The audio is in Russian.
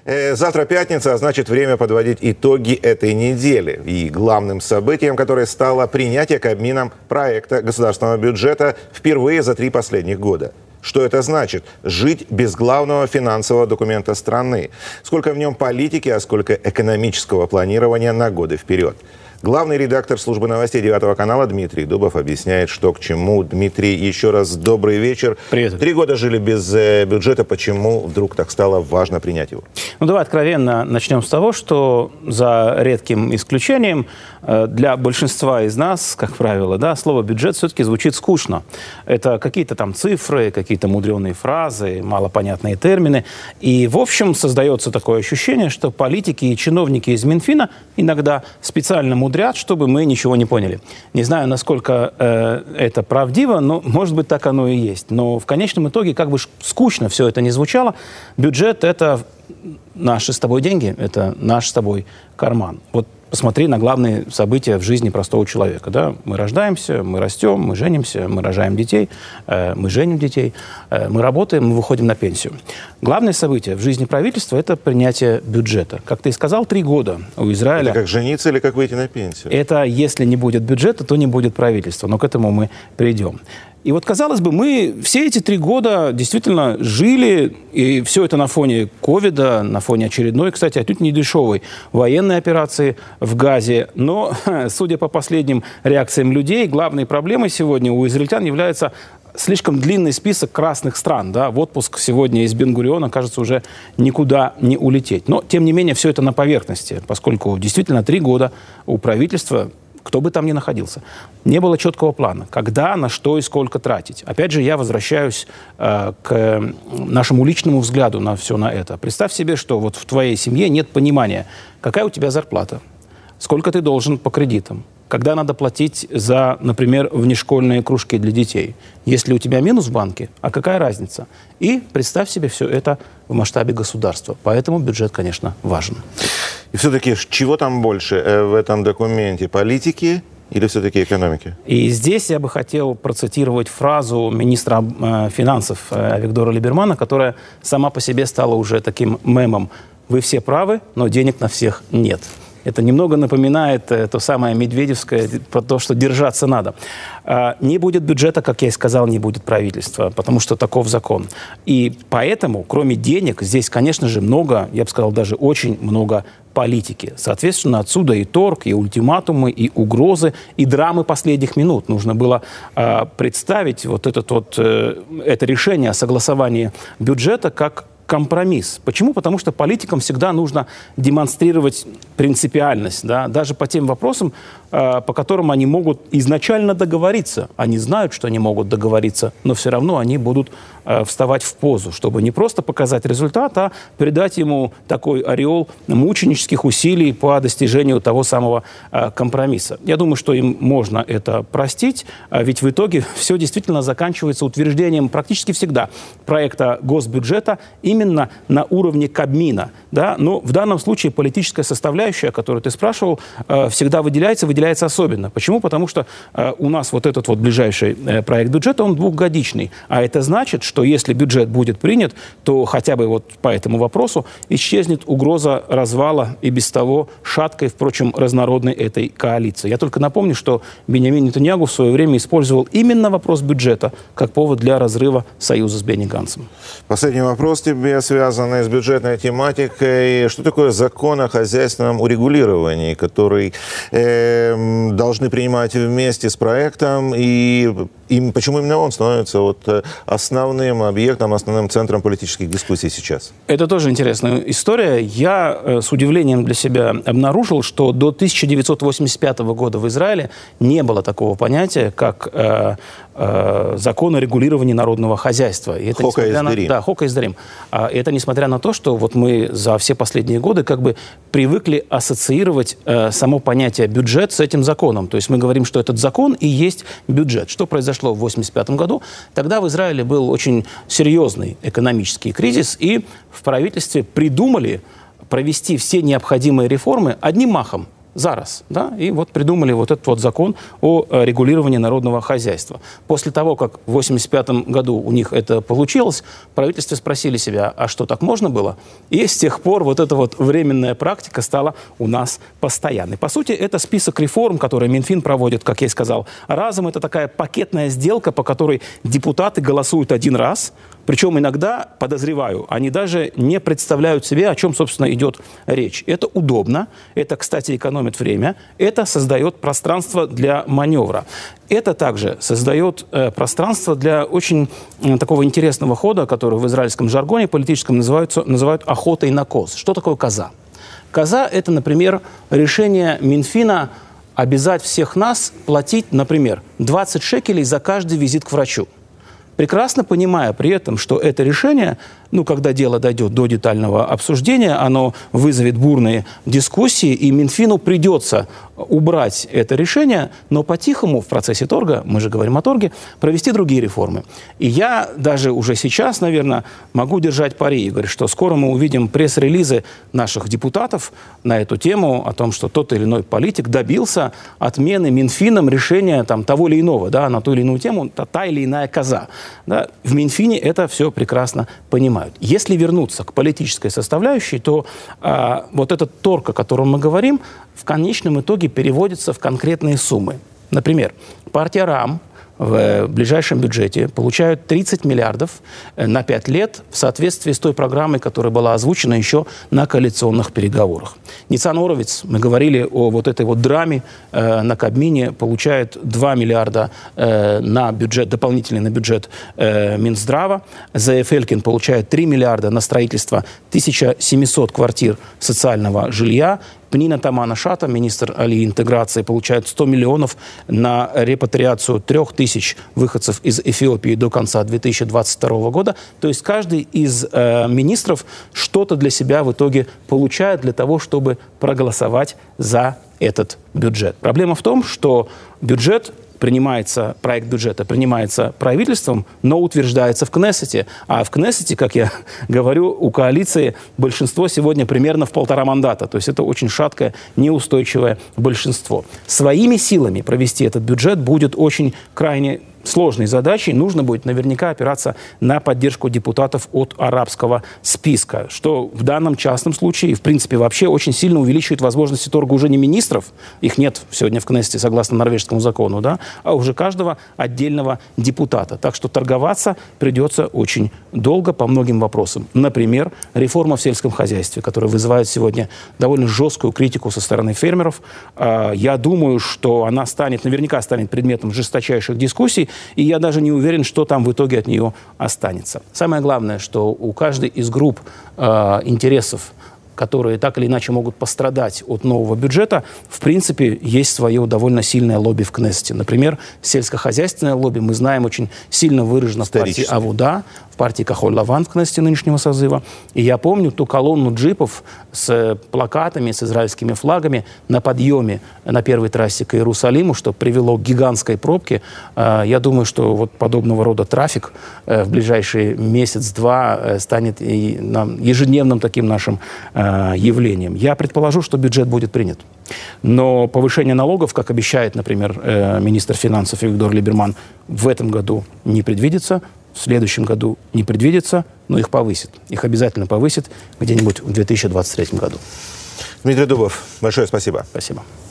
Завтра пятница, а значит время подводить итоги этой недели. И главным событием, которое стало принятие Кабмином проекта государственного бюджета впервые за 3 последних года. Что это значит? Жить без главного финансового документа страны. Сколько в нем политики, а сколько экономического планирования на годы вперед. Главный редактор службы новостей 9 канала Дмитрий Дубов объясняет, что к чему. Дмитрий, еще раз добрый вечер. Привет. 3 года жили без бюджета. Почему вдруг так стало важно принять его? Ну, давай откровенно начнем с того, что за редким исключением для большинства из нас, как правило, да, слово «бюджет» все-таки звучит скучно. Это какие-то там цифры, какие-то мудреные фразы, малопонятные термины. И, в общем, создается такое ощущение, что политики и чиновники из Минфина иногда специально мудрят, чтобы мы ничего не поняли. Не знаю, насколько это правдиво, но, может быть, так оно и есть. Но в конечном итоге, как бы скучно все это ни звучало, бюджет – это наши с тобой деньги, это наш с тобой карман. Вот посмотри на главные события в жизни простого человека. Да? Мы рождаемся, мы растем, мы женимся, мы рожаем детей, мы женим детей, мы работаем, мы выходим на пенсию. Главное событие в жизни правительства – это принятие бюджета. Как ты и сказал, 3 года у Израиля. Это как жениться или как выйти на пенсию? Это если не будет бюджета, то не будет правительства. Но к этому мы придем. И вот, казалось бы, мы все эти 3 года действительно жили, и все это на фоне ковида, на фоне очередной, кстати, отнюдь не дешевой военной операции в Газе. Но, судя по последним реакциям людей, главной проблемой сегодня у израильтян является слишком длинный список красных стран. Да? В отпуск сегодня из Бен-Гуриона, кажется, уже никуда не улететь. Но, тем не менее, все это на поверхности, поскольку действительно 3 года у правительства, кто бы там ни находился, не было четкого плана, когда, на что и сколько тратить. Опять же, я возвращаюсь к нашему личному взгляду на все на это. Представь себе, что вот в твоей семье нет понимания, какая у тебя зарплата, сколько ты должен по кредитам, когда надо платить за, например, внешкольные кружки для детей. Если у тебя минус в банке, а какая разница? И представь себе все это в масштабе государства. Поэтому бюджет, конечно, важен. И все-таки чего там больше в этом документе? Политики или все-таки экономики? И здесь я бы хотел процитировать фразу министра финансов Авигдора Либермана, которая сама по себе стала уже таким мемом. Вы все правы, но денег на всех нет. Это немного напоминает то самое медведевское, про то, что держаться надо. Не будет бюджета, как я и сказал, не будет правительства, потому что таков закон. И поэтому, кроме денег, здесь, конечно же, много, я бы сказал, даже очень много политики. Соответственно, отсюда и торг, и ультиматумы, и угрозы, и драмы последних минут. Нужно было представить вот это решение о согласовании бюджета как компромисс. Почему? Потому что политикам всегда нужно демонстрировать принципиальность, да? Даже по тем вопросам, по которым они могут изначально договориться. Они знают, что они могут договориться, но все равно они будут вставать в позу, чтобы не просто показать результат, а придать ему такой ореол мученических усилий по достижению того самого компромисса. Я думаю, что им можно это простить, ведь в итоге все действительно заканчивается утверждением практически всегда проекта госбюджета именно на уровне Кабмина. Да? Но в данном случае политическая составляющая, которую ты спрашивал, всегда выделяется особенно. Почему? Потому что у нас вот этот вот ближайший проект бюджета, он 2-годичный. А это значит, что если бюджет будет принят, то хотя бы вот по этому вопросу исчезнет угроза развала и без того шаткой, впрочем, разнородной этой коалиции. Я только напомню, что Биньямин Нетаньяху в свое время использовал именно вопрос бюджета как повод для разрыва союза с Бенни Ганцем. Последний вопрос тебе, связанный с бюджетной тематикой. Что такое закон о хозяйственном урегулировании, который должны принимать вместе с проектом, и почему именно он становится вот основным объектом, основным центром политических дискуссий сейчас? Это тоже интересная история. Я с удивлением для себя обнаружил, что до 1985 года в Израиле не было такого понятия, как закон о регулировании народного хозяйства. И это Хока Эсдерим. И это несмотря на то, что вот мы за все последние годы как бы привыкли ассоциировать само понятие бюджет с этим законом. То есть мы говорим, что этот закон и есть бюджет. Что произошло в 1985 году? Тогда в Израиле был очень серьезный экономический кризис, и в правительстве придумали провести все необходимые реформы одним махом. зараз. Да? И вот придумали вот этот вот закон о регулировании народного хозяйства. После того, как в 1985 году у них это получилось, в правительстве спросили себя, а что, так можно было? И с тех пор вот эта вот временная практика стала у нас постоянной. По сути, это список реформ, которые Минфин проводит, как я и сказал, разом. Это такая пакетная сделка, по которой депутаты голосуют один раз. Причем иногда, подозреваю, они даже не представляют себе, о чем, собственно, идет речь. Это удобно, это, кстати, экономит время, это создает пространство для маневра. Это также создает пространство для очень такого интересного хода, который в израильском жаргоне политическом называют охотой на коз. Что такое коза? Коза – это, например, решение Минфина обязать всех нас платить, например, 20 шекелей за каждый визит к врачу. Прекрасно понимая при этом, что это решение, когда дело дойдет до детального обсуждения, оно вызовет бурные дискуссии, и Минфину придется убрать это решение, но по-тихому в процессе торга, мы же говорим о торге, провести другие реформы. И я даже уже сейчас, наверное, могу держать пари и говорить, что скоро мы увидим пресс-релизы наших депутатов на эту тему, о том, что тот или иной политик добился отмены Минфином решения того или иного, на ту или иную тему, та или иная коза. Да, в Минфине это все прекрасно понимают. Если вернуться к политической составляющей, то вот этот торг, о котором мы говорим, в конечном итоге переводится в конкретные суммы. Например, партия РАМ в ближайшем бюджете получают 30 миллиардов на 5 лет в соответствии с той программой, которая была озвучена еще на коалиционных переговорах. Ницан Оровец, мы говорили о вот этой вот драме на Кабмине, получает 2 миллиарда на бюджет, дополнительный на бюджет Минздрава. Зеев Элькин получает 3 миллиарда на строительство 1700 квартир социального жилья. Пнина Тамана-Шата, министр интеграции, получает 100 миллионов на репатриацию 3000 выходцев из Эфиопии до конца 2022 года. То есть каждый из министров что-то для себя в итоге получает для того, чтобы проголосовать за этот бюджет. Проблема в том, что проект бюджета принимается правительством, но утверждается в Кнессете. А в Кнессете, как я говорю, у коалиции большинство сегодня примерно в 1,5 мандата. То есть это очень шаткое, неустойчивое большинство. Своими силами провести этот бюджет будет очень крайне сложной задачей. Нужно будет наверняка опираться на поддержку депутатов от арабского списка, что в данном частном случае, в принципе, вообще очень сильно увеличивает возможности торга уже не министров, их нет сегодня в Кнессете согласно норвежскому закону, а уже каждого отдельного депутата. Так что торговаться придется очень долго по многим вопросам. Например, реформа в сельском хозяйстве, которая вызывает сегодня довольно жесткую критику со стороны фермеров. Я думаю, что она наверняка станет предметом жесточайших дискуссий, и я даже не уверен, что там в итоге от нее останется. Самое главное, что у каждой из групп интересов, которые так или иначе могут пострадать от нового бюджета, в принципе, есть свое довольно сильное лобби в Кнессете. Например, сельскохозяйственное лобби, мы знаем, очень сильно выражено в партии Авуда, в партии Кахоль-Лаван в Кнессете нынешнего созыва. И я помню ту колонну джипов с плакатами, с израильскими флагами на подъеме на первой трассе к Иерусалиму, что привело к гигантской пробке. Я думаю, что вот подобного рода трафик в ближайший месяц-два станет ежедневным таким нашим явлением. Я предположу, что бюджет будет принят. Но повышение налогов, как обещает, например, министр финансов Авигдор Либерман, в этом году не предвидится, в следующем году не предвидится, но их повысит. Их обязательно повысит где-нибудь в 2023 году. Дмитрий Дубов, большое спасибо. Спасибо.